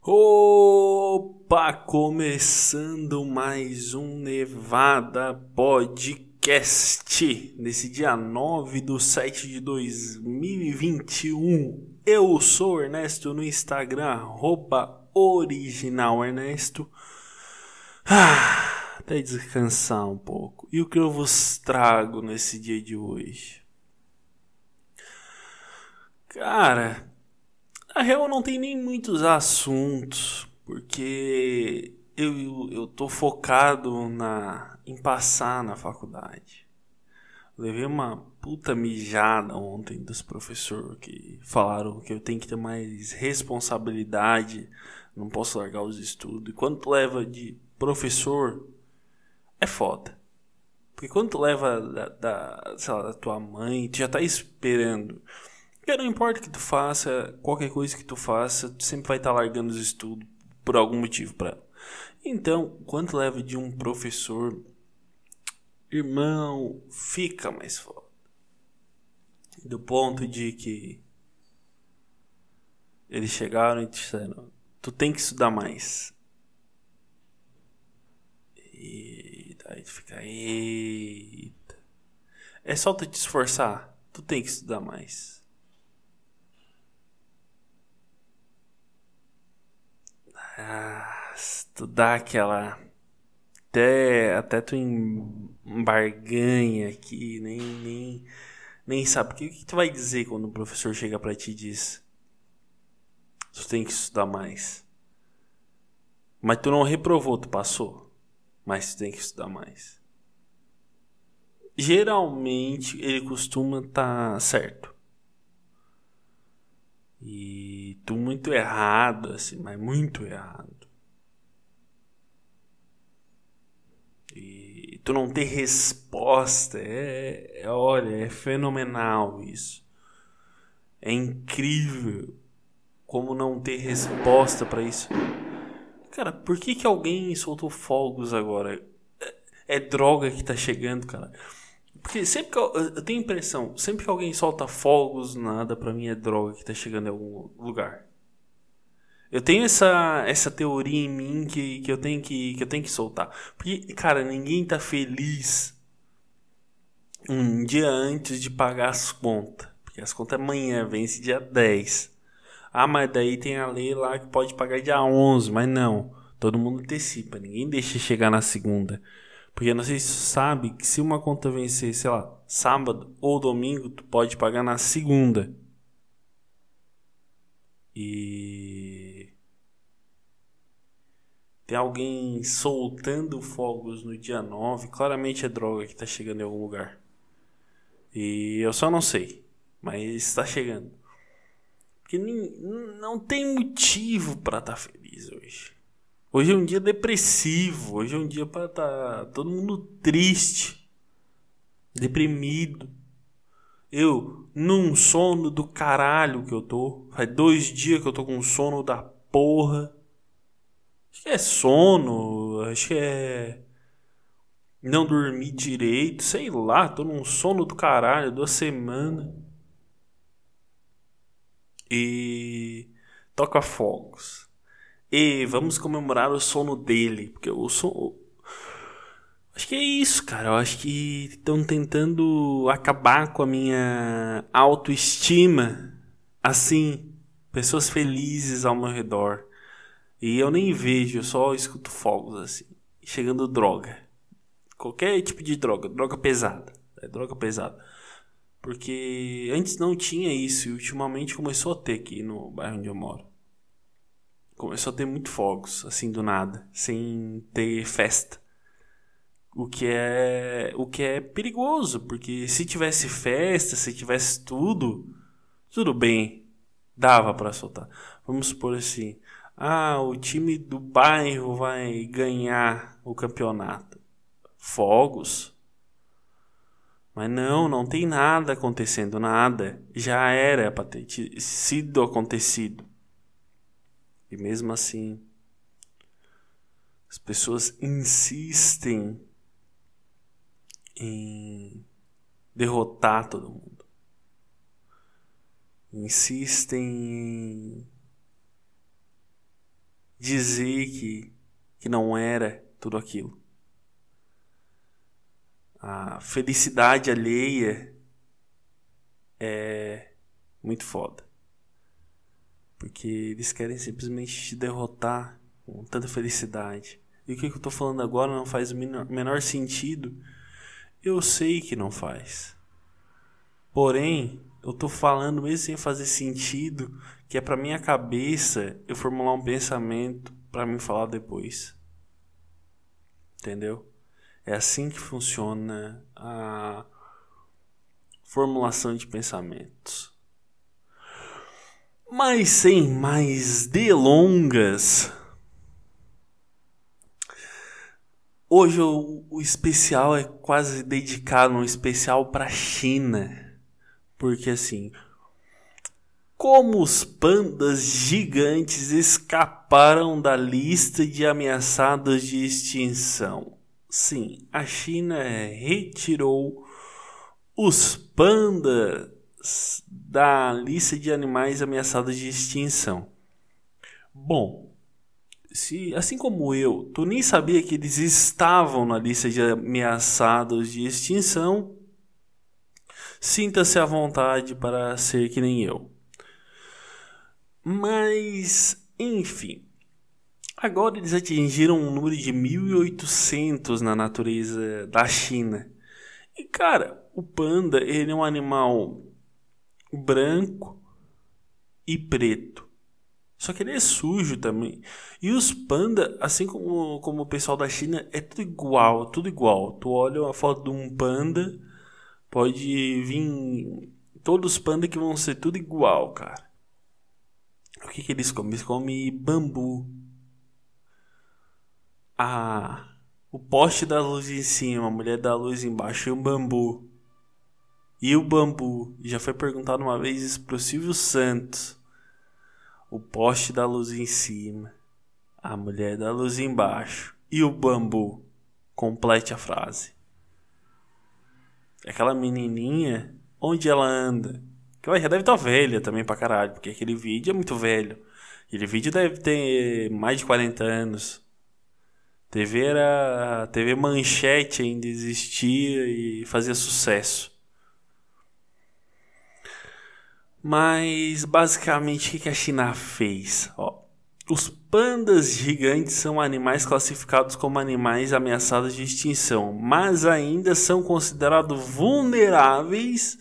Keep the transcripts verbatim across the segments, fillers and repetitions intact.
Opa, começando mais um Nevada Podcast nesse dia nove de sete de dois mil e vinte e um. Eu sou o Ernesto no Instagram, arroba originalernesto. Ah, até descansar um pouco. E o que eu vos trago nesse dia de hoje? Cara, na real não tem nem muitos assuntos, porque eu, eu tô focado na, em passar na faculdade. Levei uma puta mijada ontem dos professores que falaram que eu tenho que ter mais responsabilidade, não posso largar os estudos. E quando tu leva de professor, é foda. Porque quando tu leva da, da, sei lá, da tua mãe, tu já tá esperando. Porque não importa o que tu faça, qualquer coisa que tu faça, tu sempre vai estar largando os estudos por algum motivo pra ela. Então, quando leva de um professor, irmão, fica mais foda. Do ponto de que eles chegaram e disseram: tu tem que estudar mais. E daí tu fica: eita. É só tu te esforçar, tu tem que estudar mais. Ah, tu dá aquela. Até, até tu embarganha aqui, nem, nem, nem sabe. O que, que tu vai dizer quando o professor chega pra ti e diz: tu tem que estudar mais. Mas tu não reprovou, tu passou. Mas tu tem que estudar mais. Geralmente ele costuma estar tá certo. E tu muito errado, assim, mas muito errado. E tu não ter resposta é, é, olha, é fenomenal isso. É incrível como não ter resposta pra isso. Cara, por que que alguém soltou fogos agora? É, é droga que tá chegando, cara. Porque sempre que eu, eu tenho a impressão, sempre que alguém solta fogos, nada, pra mim é droga que tá chegando em algum lugar. Eu tenho essa, essa teoria em mim que, que, eu tenho que, que eu tenho que soltar. Porque, cara, ninguém tá feliz um dia antes de pagar as contas. Porque as contas amanhã, vence dia dez. Ah, mas daí tem a lei lá que pode pagar dia onze. Mas não, todo mundo antecipa. Ninguém deixa chegar na segunda. Porque não sei se você sabe que se uma conta vencer, sei lá, sábado ou domingo, tu pode pagar na segunda. E tem alguém soltando fogos no dia nove. Claramente é droga que tá chegando em algum lugar. E eu só não sei. Mas está chegando. Porque nem, não tem motivo pra estar tá feliz hoje. Hoje é um dia depressivo. Hoje é um dia pra estar tá todo mundo triste. Deprimido. Eu, num sono do caralho que eu tô. Faz dois dias que eu tô com sono da porra. Acho que é sono. Acho que é não dormi direito, sei lá, tô num sono do caralho, duas semanas. E toca fogos. E vamos comemorar o sono dele, porque o sono. Acho que é isso, cara. Eu acho que estão tentando acabar com a minha autoestima. Assim, pessoas felizes ao meu redor. E eu nem vejo, eu só escuto fogos assim. Chegando droga. Qualquer tipo de droga, droga pesada. É droga pesada. Porque antes não tinha isso e ultimamente começou a ter aqui no bairro onde eu moro. Começou a ter muito fogos, assim do nada, sem ter festa. O que é, o que é perigoso, porque se tivesse festa, se tivesse tudo, tudo bem, dava pra soltar. Vamos supor assim, ah, o time do bairro vai ganhar o campeonato. Fogos? Mas não, não tem nada acontecendo, nada. Já era pra ter sido acontecido. E mesmo assim, as pessoas insistem em derrotar todo mundo. Insistem em dizer que, que não era tudo aquilo. A felicidade alheia é muito foda. Porque eles querem simplesmente te derrotar com tanta felicidade. E o que eu tô falando agora não faz o menor, menor sentido. Eu sei que não faz. Porém, eu tô falando mesmo sem fazer sentido, que é pra minha cabeça eu formular um pensamento pra me falar depois. Entendeu? É assim que funciona a formulação de pensamentos. Mas sem mais delongas, hoje o, o especial é quase dedicado, um especial para a China. Porque assim, como os pandas gigantes escaparam da lista de ameaçados de extinção? Sim, a China retirou os pandas da lista de animais ameaçados de extinção. Bom, se, assim como eu, tu nem sabia que eles estavam na lista de ameaçados de extinção, sinta-se à vontade para ser que nem eu. Mas, enfim, agora eles atingiram um número de mil e oitocentos na natureza da China. E cara, o panda, ele é um animal branco e preto. Só que ele é sujo também. E os pandas, assim como, como o pessoal da China, é tudo igual, tudo igual. Tu olha a foto de um panda, pode vir todos os pandas que vão ser tudo igual, cara. O que que eles comem? Eles comem bambu. Ah, o poste da luz em cima, a mulher da luz embaixo e o bambu. E o bambu? Já foi perguntado uma vez isso pro Silvio Santos. O poste da luz em cima, a mulher da luz embaixo e o bambu. Complete a frase. Aquela menininha, onde ela anda? Que ela já deve estar velha também pra caralho, porque aquele vídeo é muito velho. Aquele vídeo deve ter mais de quarenta anos. T V era... T V Manchete ainda existia e fazia sucesso. Mas, basicamente, o que a China fez? Ó, os pandas gigantes são animais classificados como animais ameaçados de extinção, mas ainda são considerados vulneráveis,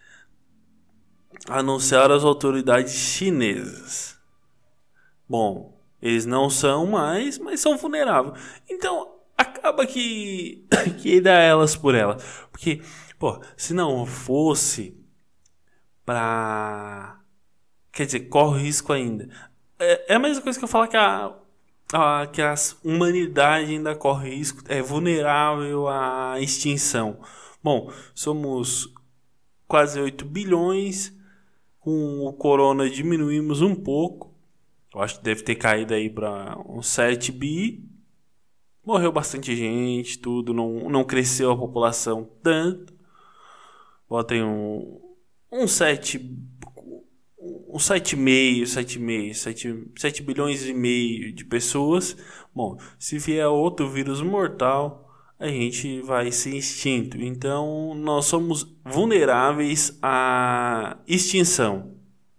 anunciaram as autoridades chinesas. Bom, eles não são mais, mas são vulneráveis. Então, acaba que, que dá elas por elas. Porque, pô, se não fosse... Pra... Quer dizer, corre risco ainda. É, é a mesma coisa que eu falar que a, a, que a humanidade ainda corre risco, é vulnerável à extinção. Bom, somos quase oito bilhões, com o corona diminuímos um pouco. Eu acho que deve ter caído aí para uns sete bi. Morreu bastante gente, tudo, não, não cresceu a população tanto. Botem um... Um sete, um sete vírgula cinco, sete vírgula cinco, sete bilhões e meio de pessoas. Bom, se vier outro vírus mortal, a gente vai ser extinto. Então, nós somos vulneráveis à extinção.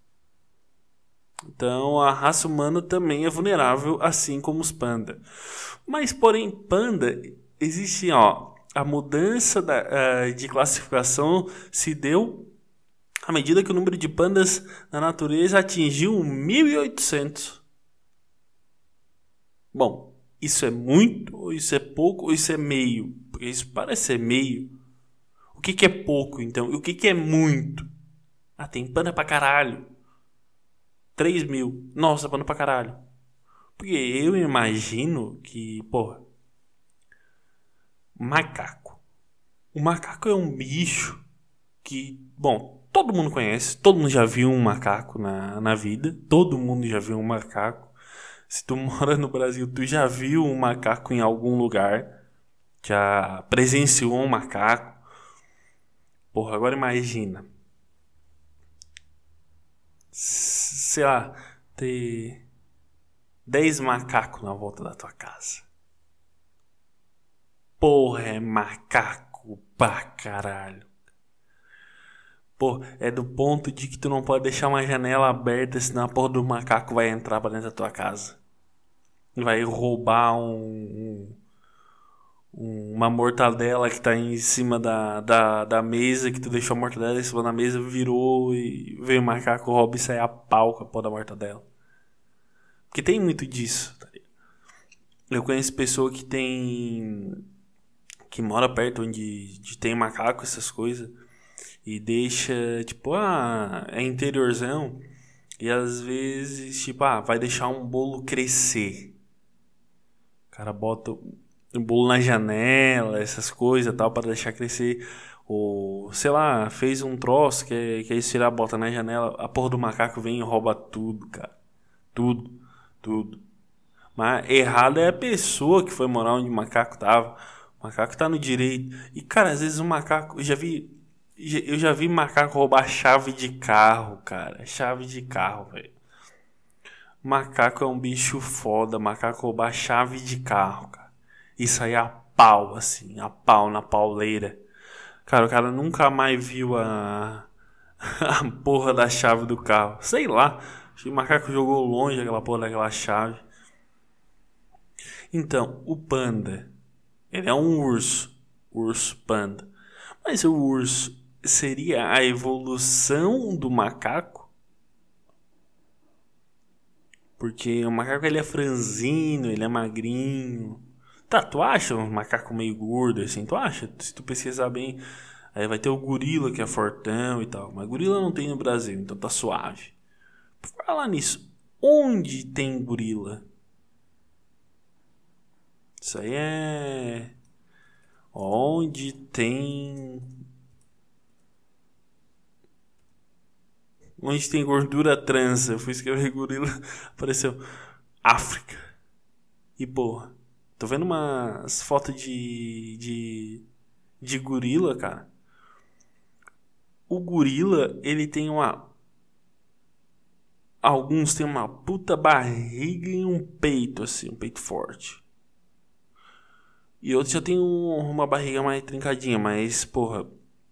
Então, a raça humana também é vulnerável, assim como os pandas. Mas, porém, panda, existe, ó, a mudança da, uh, de classificação se deu à medida que o número de pandas na natureza atingiu mil e oitocentos. Bom, isso é muito, ou isso é pouco, ou isso é meio? Porque isso parece ser meio. O que, que é pouco, então? E o que, que é muito? Ah, tem panda pra caralho. três mil. Nossa, panda pra caralho. Porque eu imagino que, porra, macaco. O macaco é um bicho que, bom... Todo mundo conhece, todo mundo já viu um macaco na, na vida. Todo mundo já viu um macaco. Se tu mora no Brasil, tu já viu um macaco em algum lugar. Já presenciou um macaco. Porra, agora imagina. Sei lá, ter dez macacos na volta da tua casa. Porra, é macaco pra caralho. Pô, é do ponto de que tu não pode deixar uma janela aberta, senão a porra do macaco vai entrar pra dentro da tua casa. Vai roubar um, um, uma mortadela que tá em cima da, da, da mesa, que tu deixou a mortadela em cima da mesa, virou e veio o macaco, rouba e sai a pau com a porra da mortadela. Porque tem muito disso, tá ligado? Eu conheço pessoa que tem... que mora perto onde, onde tem macaco, essas coisas... E deixa, tipo, ah, é interiorzão. E às vezes, tipo, ah, vai deixar um bolo crescer. O cara bota o bolo na janela, essas coisas tal, para deixar crescer. Ou, sei lá, fez um troço, quer, quer estirar, bota na janela. A porra do macaco vem e rouba tudo, cara. Tudo, tudo. Mas errado é a pessoa que foi morar onde o macaco tava. O macaco tá no direito. E, cara, às vezes o macaco, eu já vi... Eu já vi macaco roubar chave de carro, cara. Chave de carro, velho. Macaco é um bicho foda. Macaco roubar chave de carro, cara. Isso aí é a pau, assim. A pau na pauleira. Cara, o cara nunca mais viu a... a porra da chave do carro. Sei lá. Acho que o macaco jogou longe aquela porra daquela chave. Então, o panda. Ele é um urso. Urso panda. Mas o urso... seria a evolução do macaco? Porque o macaco ele é franzino, ele é magrinho. Tá, tu acha um macaco meio gordo assim? Tu acha? Se tu pesquisar bem, aí vai ter o gorila que é fortão e tal. Mas gorila não tem no Brasil, então tá suave. Por falar nisso, onde tem gorila? Isso aí é... Onde tem... Onde tem gordura trans. Eu fui escrever gorila, apareceu África. E porra, tô vendo umas fotos de, de de gorila, cara. O gorila, ele tem uma... Alguns tem uma puta barriga e um peito, assim, um peito forte. E outros já tem um, uma barriga mais trincadinha, mas, porra...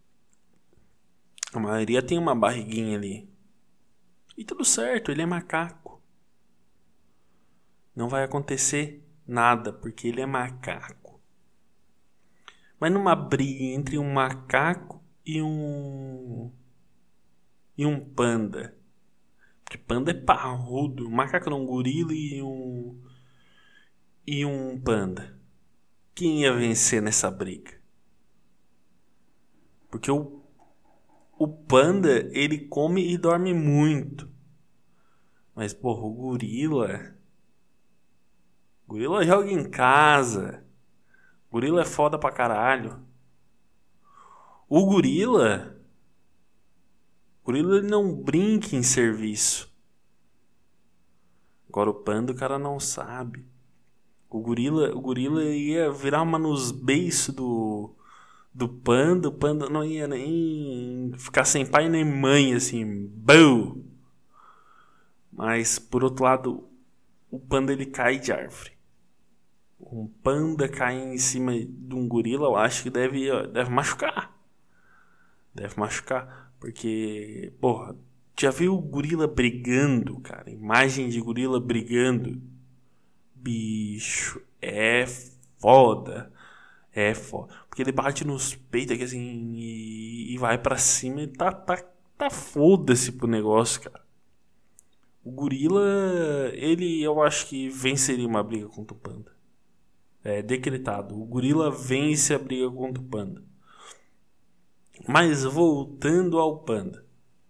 A maioria tem uma barriguinha ali. E tudo certo, ele é macaco. Não vai acontecer nada, porque ele é macaco. Mas numa briga entre um macaco e um... E um panda. Porque panda é parrudo. Um macaco não, um gorila e um... E um panda. Quem ia vencer nessa briga? Porque o... O panda, ele come e dorme muito. Mas, porra, o gorila... O gorila joga em casa. O gorila é foda pra caralho. O gorila... O gorila ele não brinca em serviço. Agora o panda o cara não sabe. O gorila, o gorila ia virar uma nos beiços do... Do panda, o panda não ia nem ficar sem pai nem mãe, assim, bum! Mas, por outro lado, o panda ele cai de árvore. Um panda cair em cima de um gorila, eu acho que deve, deve machucar. Deve machucar, porque, porra, já viu o gorila brigando, cara? Imagem de gorila brigando. Bicho, é foda. É foda. Porque ele bate nos peitos aqui assim e, e vai pra cima e tá, tá, tá foda-se pro negócio, cara. O gorila, ele eu acho que venceria uma briga contra o panda. É decretado. O gorila vence a briga contra o panda. Mas voltando ao panda.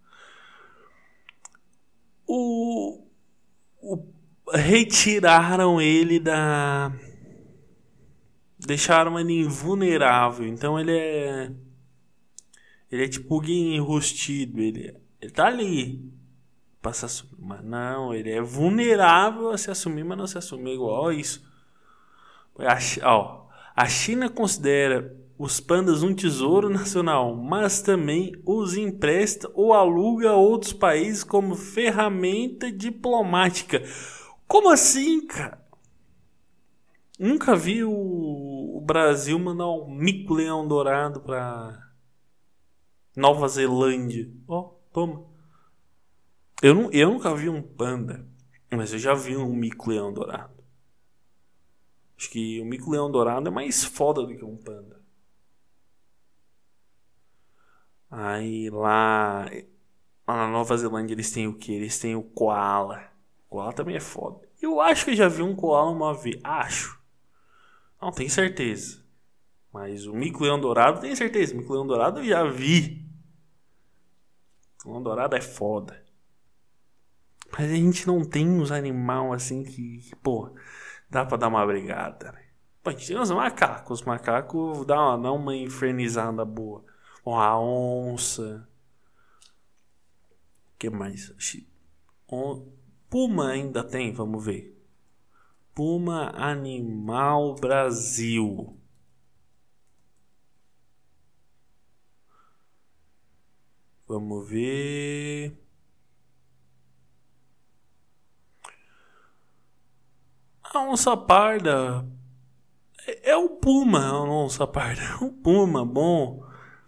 O, o retiraram ele da... Deixaram ele invulnerável. Então ele é... Ele é tipo alguém enrustido. Ele, ele tá ali pra se assumir. Mas não, ele é vulnerável a se assumir, mas não se assumir igual a isso. A, ó, a China considera os pandas um tesouro nacional, mas também os empresta ou aluga a outros países como ferramenta diplomática. Como assim, cara? Nunca vi o, o Brasil mandar um mico-leão dourado pra Nova Zelândia. Ó, oh, toma. Eu, não, eu nunca vi um panda, mas eu já vi um mico-leão dourado. Acho que o mico-leão dourado é mais foda do que um panda. Aí lá, lá na Nova Zelândia eles têm o que? Eles têm o koala. O koala também é foda. Eu acho que já vi um koala uma vez. Acho. Não tenho certeza. Mas o mico-leão dourado tenho certeza. O mico-leão dourado eu já vi. O mico-leão dourado é foda. Mas a gente não tem uns animais assim que, que pô, dá pra dar uma brigada, né? Pô, a gente tem os macacos. Os macacos dá uma, dá uma infernizada boa. Ó, a onça. O que mais? Puma ainda tem, vamos ver. Puma Animal Brasil. Vamos ver. A onça parda. É, é o puma, a onça parda. É o puma, bom.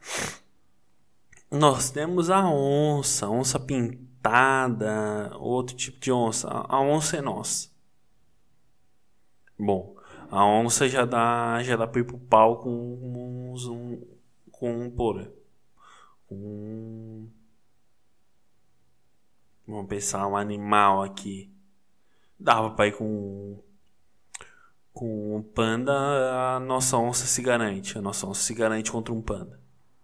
Nós temos a onça, onça pintada, outro tipo de onça. A onça é nossa. Bom, a onça já dá, já dá pra ir pro pau com uns, um, com um porra. Com, vamos pensar um animal aqui. Dava pra ir com com um panda, a nossa onça se garante. A nossa onça se garante contra um panda.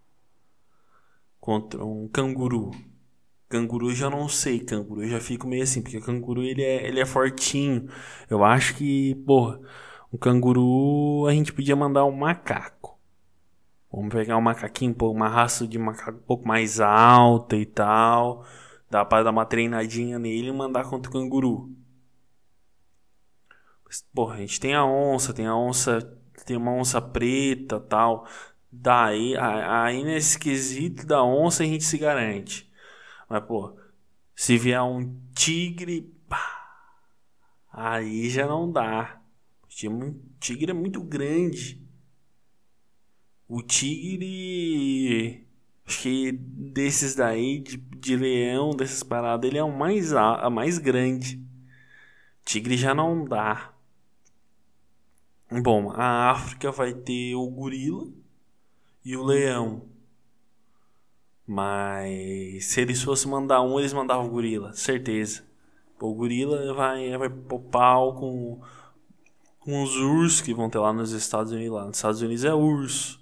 Contra um canguru. Canguru já não sei, canguru eu já fico meio assim, porque o canguru ele é, ele é fortinho. Eu acho que, porra, um canguru a gente podia mandar um macaco. Vamos pegar um macaquinho, pô, uma raça de macaco um pouco mais alta e tal. Dá pra dar uma treinadinha nele e mandar contra o canguru. Porra, a gente tem a onça, tem a onça, tem uma onça preta tal. Daí, aí nesse quesito da onça a gente se garante. Mas, pô, se vier um tigre, pá, aí já não dá. O tigre é muito grande. O tigre, acho que desses daí, de, de leão, dessas paradas, ele é o mais, a mais grande. Tigre já não dá. Bom, a África vai ter o gorila e o leão. Mas se eles fossem mandar um, eles mandavam o gorila, certeza. O gorila vai, vai pro pau com, com os ursos que vão ter lá nos Estados Unidos. Lá nos Estados Unidos é urso.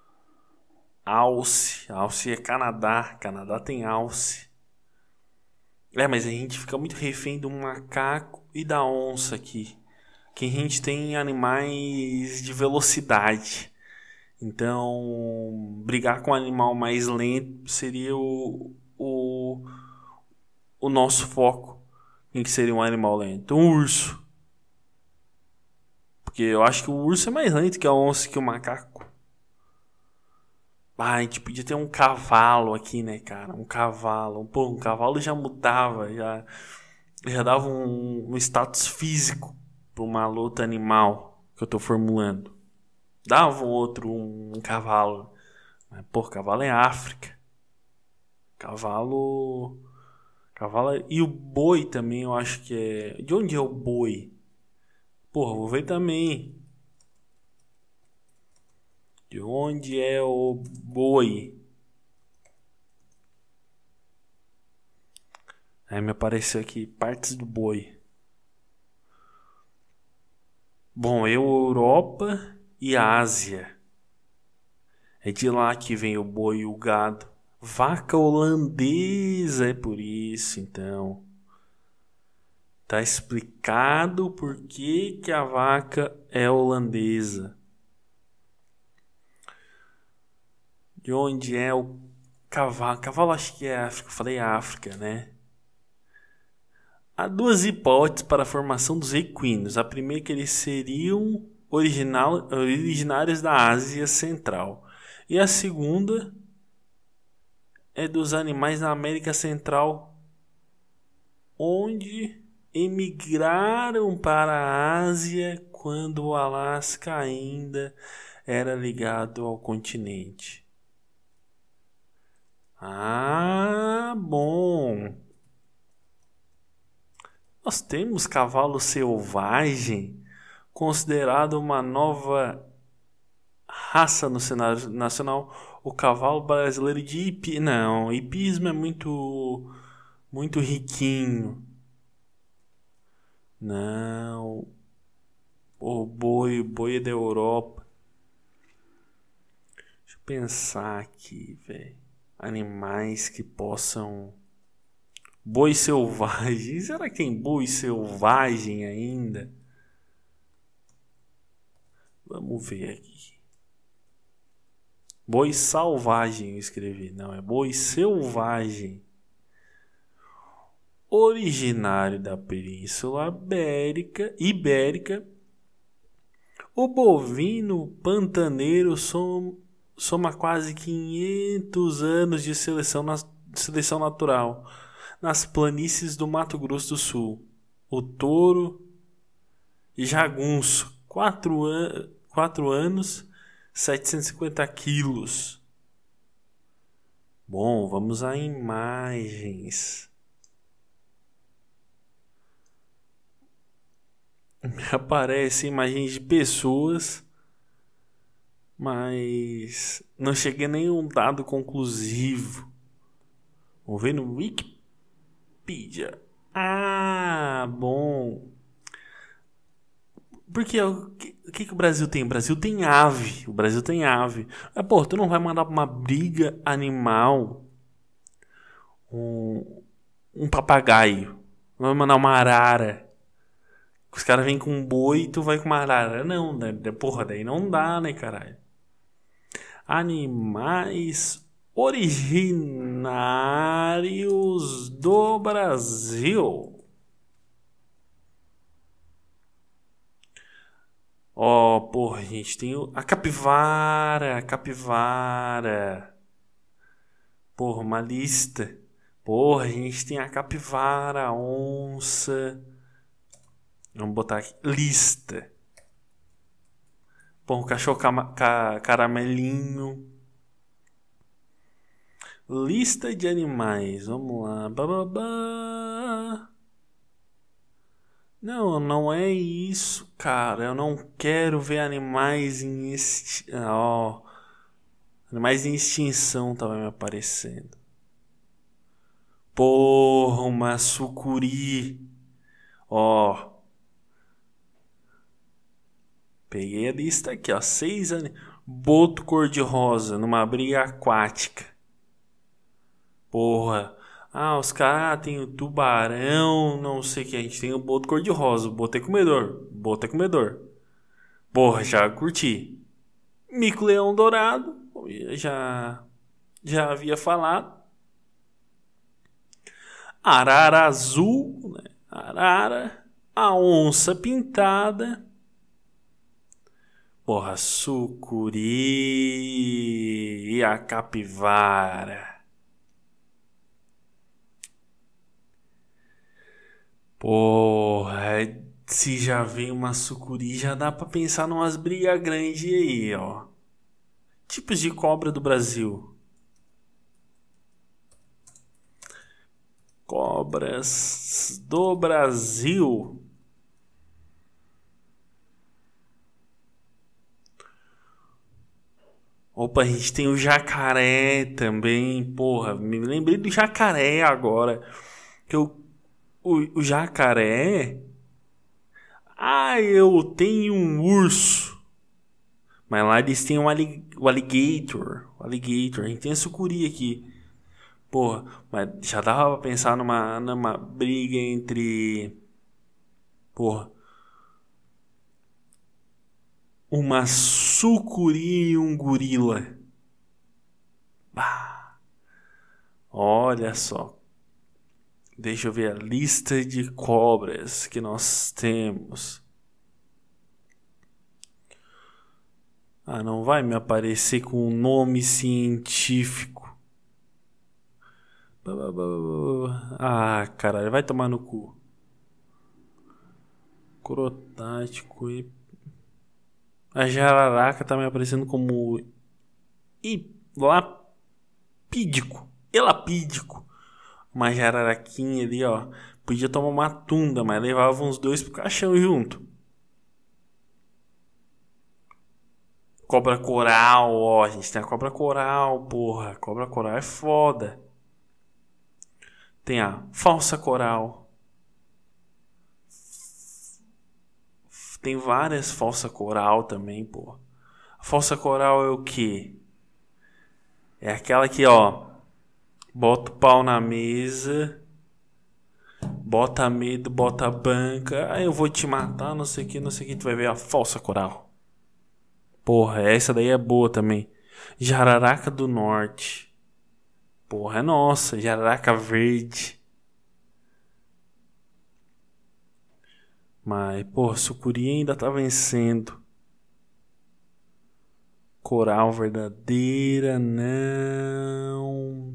Alce. Alce é Canadá. Canadá tem alce. É, mas a gente fica muito refém do macaco e da onça aqui. Que a gente tem animais de velocidade. Então, brigar com um animal mais lento seria o, o, o nosso foco. Em que seria um animal lento? Um urso. Porque eu acho que o urso é mais lento que a onça, que o macaco. Ah, a gente podia ter um cavalo aqui, né, cara? Um cavalo. Pô, um cavalo já mudava, já, já dava um, um status físico para uma luta animal que eu tô formulando. Dava um outro, um, um cavalo. Mas, pô, cavalo é África. Cavalo... Cavalo... é- E o boi também, eu acho que é... De onde é o boi? Porra, vou ver também. De onde é o boi? Aí me apareceu aqui, partes do boi. Bom, Europa e Ásia. É de lá que vem o boi e o gado. Vaca holandesa, é por isso, então. Tá explicado por que, que a vaca é holandesa. De onde é o cavalo? Cavalo acho que é África. Eu falei África, né? Há duas hipóteses para a formação dos equinos. A primeira é que eles seriam original, originários da Ásia Central. E a segunda é dos animais da América Central, onde emigraram para a Ásia quando o Alasca ainda era ligado ao continente? Ah, bom. Nós temos cavalo selvagem, considerado uma nova raça no cenário nacional, o cavalo brasileiro de hipismo. Não, hipismo é muito, muito riquinho. Não, o boi, o boi é da Europa. Deixa eu pensar aqui, velho. Animais que possam... Boi selvagem. Será que tem boi selvagem ainda? Vamos ver aqui. Boi salvagem eu escrevi. Não, é boi selvagem. Originário da Península Ibérica, Ibérica, o bovino pantaneiro som, soma quase quinhentos anos de seleção, na, seleção natural nas planícies do Mato Grosso do Sul. O touro jagunço, quatro an anos, setecentos e cinquenta quilos. Bom, vamos a imagens. Aparecem imagens de pessoas, mas não cheguei a nenhum dado conclusivo. Vamos ver no Wikipedia. Ah, bom. Porque o que, o que, que o Brasil tem? O Brasil tem ave. O Brasil tem ave. Mas, pô, tu não vai mandar pra uma briga animal um, um papagaio. Não vai mandar uma arara. Os caras vêm com um boi e tu vai com uma arara. Não, né? Porra, daí não dá, né, caralho? Animais originários do Brasil. Ó, oh, porra, gente, tem o... a capivara, a capivara. Porra, uma lista. Porra, a gente tem a capivara, a onça. Vamos botar aqui, lista. Porra, o cachorro cama... ca... caramelinho. Lista de animais, vamos lá. Bababá. Não, não é isso, cara. Eu não quero ver animais em exti... oh. Animais em extinção tava me aparecendo. Porra, uma sucuri. Ó. Oh. Peguei a lista aqui, ó. Seis anos. Boto cor-de-rosa numa briga aquática. Porra. Ah, os caras ah, tem o tubarão, não sei o que. A gente tem o boto cor-de-rosa. O boto é comedor. O boto é comedor. Porra, já curti. Mico-leão dourado. Já, já havia falado. Arara azul. Né? Arara. A onça pintada. Porra, sucuri. E a capivara. Porra, se já vem uma sucuri, já dá pra pensar numas brigas grandes aí, ó. Tipos de cobra do Brasil. Cobras do Brasil. Opa, a gente tem o jacaré também. Porra, me lembrei do jacaré agora. Que eu O, o jacaré. Ah, eu tenho um urso. Mas lá eles têm um allig o alligator. O alligator. A gente tem a sucuri aqui. Porra, mas já dava pra pensar numa, numa briga entre. Porra. Uma sucuri e um gorila. Bah. Olha só. Deixa eu ver a lista de cobras que nós temos. Ah, não vai me aparecer com um nome científico. Ah, caralho, vai tomar no cu. crotático e... A jararaca tá me aparecendo como elapídico. Elapídico. Uma jararaquinha ali, ó. Podia tomar uma tunda, mas levava uns dois pro caixão junto. Cobra coral, ó. A gente tem a cobra coral, porra. Cobra coral é foda. Tem a falsa coral. Tem várias falsa coral também, pô. A falsa coral é o quê? É aquela que, ó, bota o pau na mesa, bota medo, bota a banca, aí eu vou te matar, não sei o que, não sei o que, tu vai ver a falsa coral. Porra, essa daí é boa também. Jararaca do Norte. Porra, é nossa, jararaca verde. Mas, pô, sucuri ainda tá vencendo. Coral verdadeira, não.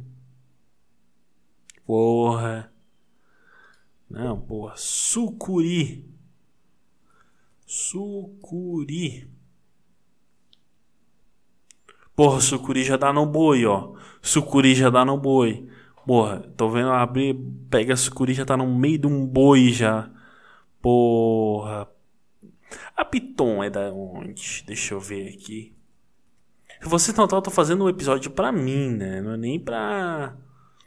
Porra. Não, porra. Sucuri. Sucuri. Porra, sucuri já dá no boi, ó. Sucuri já dá no boi. Porra, tô vendo abrir, pega a sucuri, já tá no meio de um boi já. Porra. A piton é da onde? Deixa eu ver aqui. Você notar, eu tô fazendo um episódio pra mim, né? Não é nem pra...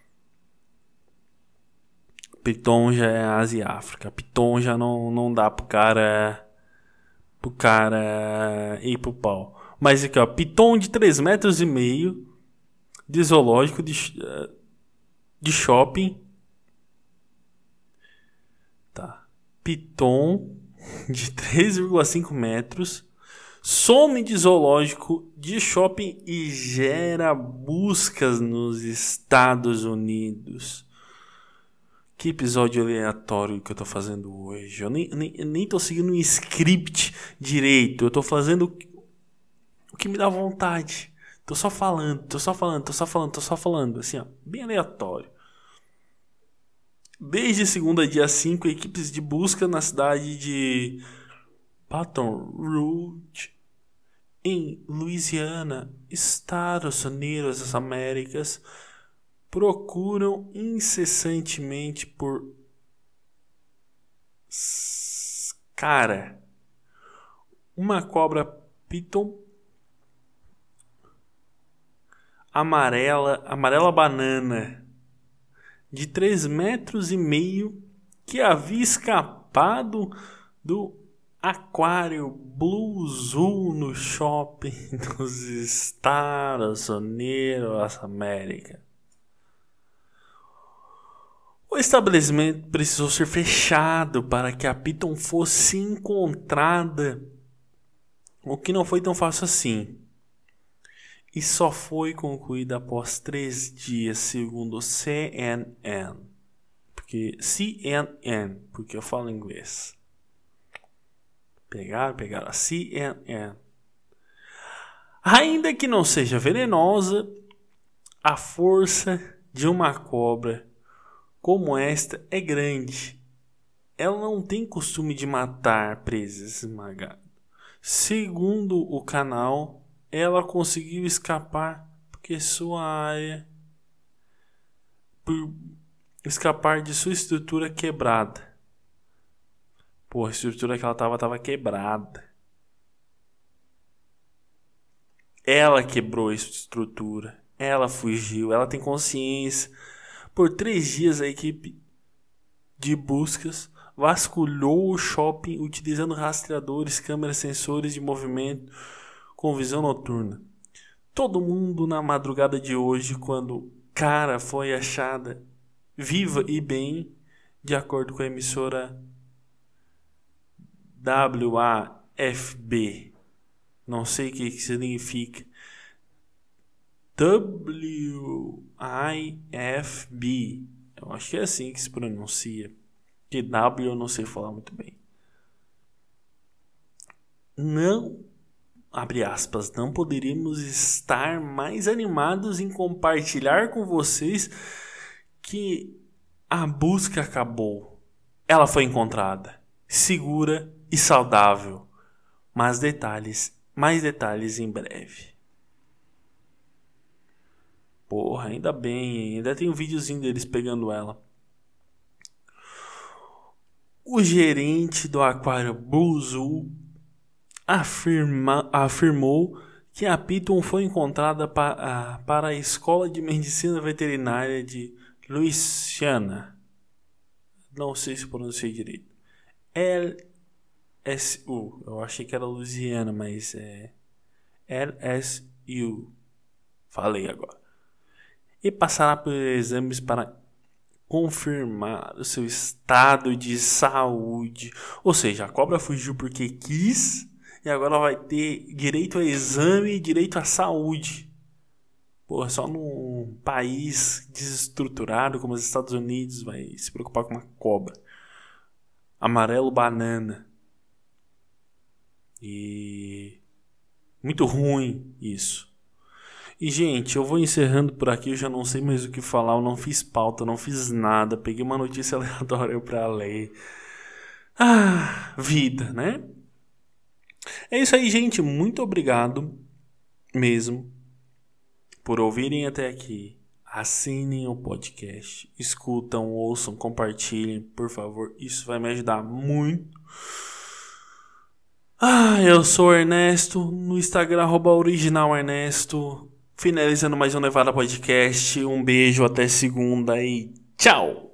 Piton já é Ásia e África. Piton já não, não dá pro cara... Pro cara ir pro pau. Mas aqui, ó. Piton de três metros e meio. De zoológico, de, de shopping. Tá. Piton de três vírgula cinco metros, some de zoológico, de shopping e gera buscas nos Estados Unidos. Que episódio aleatório que eu tô fazendo hoje. Eu nem, nem, nem tô seguindo um script direito. Eu tô fazendo o que me dá vontade. Tô só falando, tô só falando, tô só falando, tô só falando. Assim, ó, bem aleatório. Desde segunda, dia cinco, equipes de busca na cidade de Baton Rouge, em Louisiana, Estados Unidos das Américas, procuram incessantemente por... Cara, uma cobra piton amarela, amarela banana, de três metros e meio, que havia escapado do aquário Blue Zoo no shopping dos Estados Unidos da América. O estabelecimento precisou ser fechado para que a piton fosse encontrada, o que não foi tão fácil assim. E só foi concluída após três dias, segundo o C N N. Porque C N N, porque eu falo inglês. Pegaram, pegaram a C N N. Ainda que não seja venenosa, a força de uma cobra como esta é grande. Ela não tem costume de matar presas esmagadas. Segundo o canal, ela conseguiu escapar porque sua área... Por escapar de sua estrutura quebrada. Pô, a estrutura que ela tava, tava quebrada. Ela quebrou a estrutura. Ela fugiu. Ela tem consciência. Por três dias a equipe de buscas vasculhou o shopping utilizando rastreadores, câmeras, sensores de movimento com visão noturna. Todo mundo na madrugada de hoje, quando cara foi achada viva e bem, de acordo com a emissora W A F B. Não sei o que significa. W I F B. Eu acho que é assim que se pronuncia. Que W eu não sei falar muito bem. Não, abre aspas, não poderíamos estar mais animados em compartilhar com vocês que a busca acabou. Ela foi encontrada, segura e saudável. Mas detalhes, mais detalhes em breve. Porra, ainda bem, ainda tem um videozinho deles pegando ela. O gerente do aquário Buzu afirma, afirmou que a Piton foi encontrada pa, a, para a Escola de Medicina Veterinária de Louisiana. Não sei se pronunciei direito. L S U. Eu achei que era Louisiana, mas é L S U. Falei agora. E passará por exames para confirmar o seu estado de saúde. Ou seja, a cobra fugiu porque quis e agora vai ter direito a exame e direito à saúde. Porra, só num país desestruturado como os Estados Unidos vai se preocupar com uma cobra. Amarelo banana. E muito ruim isso. E, gente, eu vou encerrando por aqui. Eu já não sei mais o que falar. Eu não fiz pauta, não fiz nada. Peguei uma notícia aleatória pra ler. Ah, vida, né? É isso aí, gente. Muito obrigado mesmo por ouvirem até aqui. Assinem o podcast. Escutam, ouçam, compartilhem, por favor. Isso vai me ajudar muito. Ah, eu sou o Ernesto. No Instagram, arroba original Ernesto. Finalizando mais um Nevada Podcast. Um beijo, até segunda e tchau!